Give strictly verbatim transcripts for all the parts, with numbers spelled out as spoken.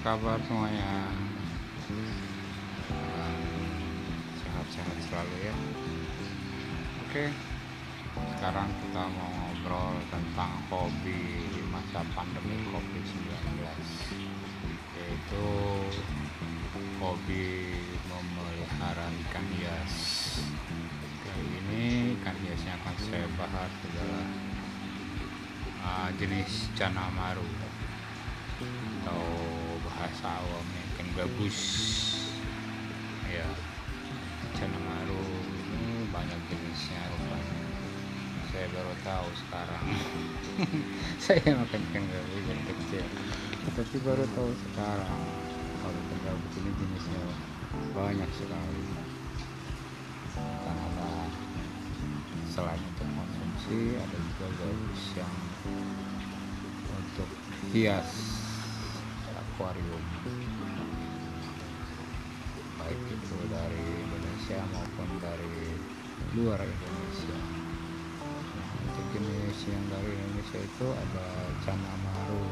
kabar semuanya? Sehat-sehat selalu ya. Oke, sekarang kita mau ngobrol tentang hobi di masa pandemi covid sembilan belas, yaitu hobi memelihara ikan hias. Kali ini ikan hias yang akan saya bahas adalah uh, jenis Canamaru, atau bahasa awamnya ikan gabus. Ya, Canamaru ini banyak jenisnya rupanya. Saya baru tahu sekarang. Saya makan ikan gabus yang kecil, tapi baru tahu sekarang kalau ikan gabus ini jenisnya banyak sekali. Karena selain untuk konsumsi, ada juga gabus yang untuk hias akuarium, baik itu dari Indonesia maupun dari luar Indonesia. Nah, untuk jenis yang dari Indonesia itu ada Canamaru.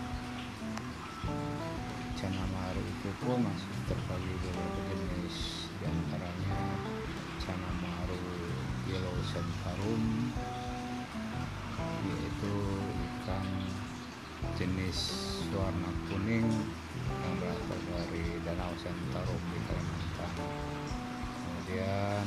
Canamaru itu pun masih terbagi beberapa jenis, diantaranya Canamaru Yellow Centarum, yaitu ikan jenis warna kuning yang berasal dari Danau Sentarum di Kalimantan. Kemudian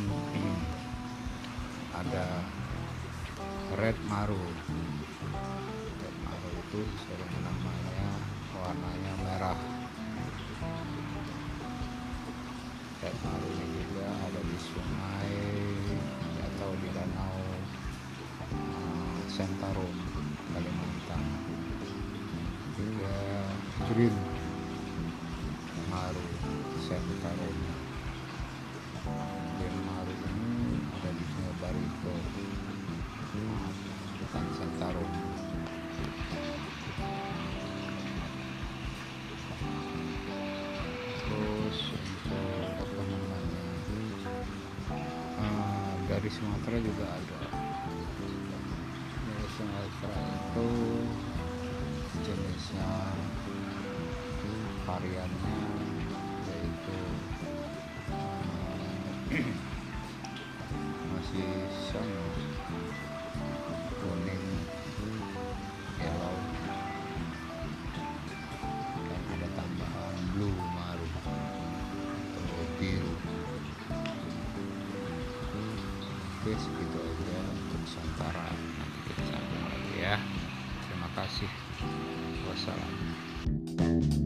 ada Red Maru. Red Maru itu sesuai namanya, warnanya merah. Red Maru ini juga ada di sungai atau di Danau uh, Sentarum Kalimantan. Juga Green Maru Sentarum. Green Maru ini ada di Sungai Barito, bukan Sentarum. Terus untuk apa namanya, uh, dari Sumatera juga ada. Dari Sumatera itu jenisnya, variannya yaitu uh, masih sama, kuning, yellow, dan ada tambahan blue maru atau biru. Oke, segitu aja untuk sementara, nanti kita sambung lagi ya. Terima kasih. Wassalam.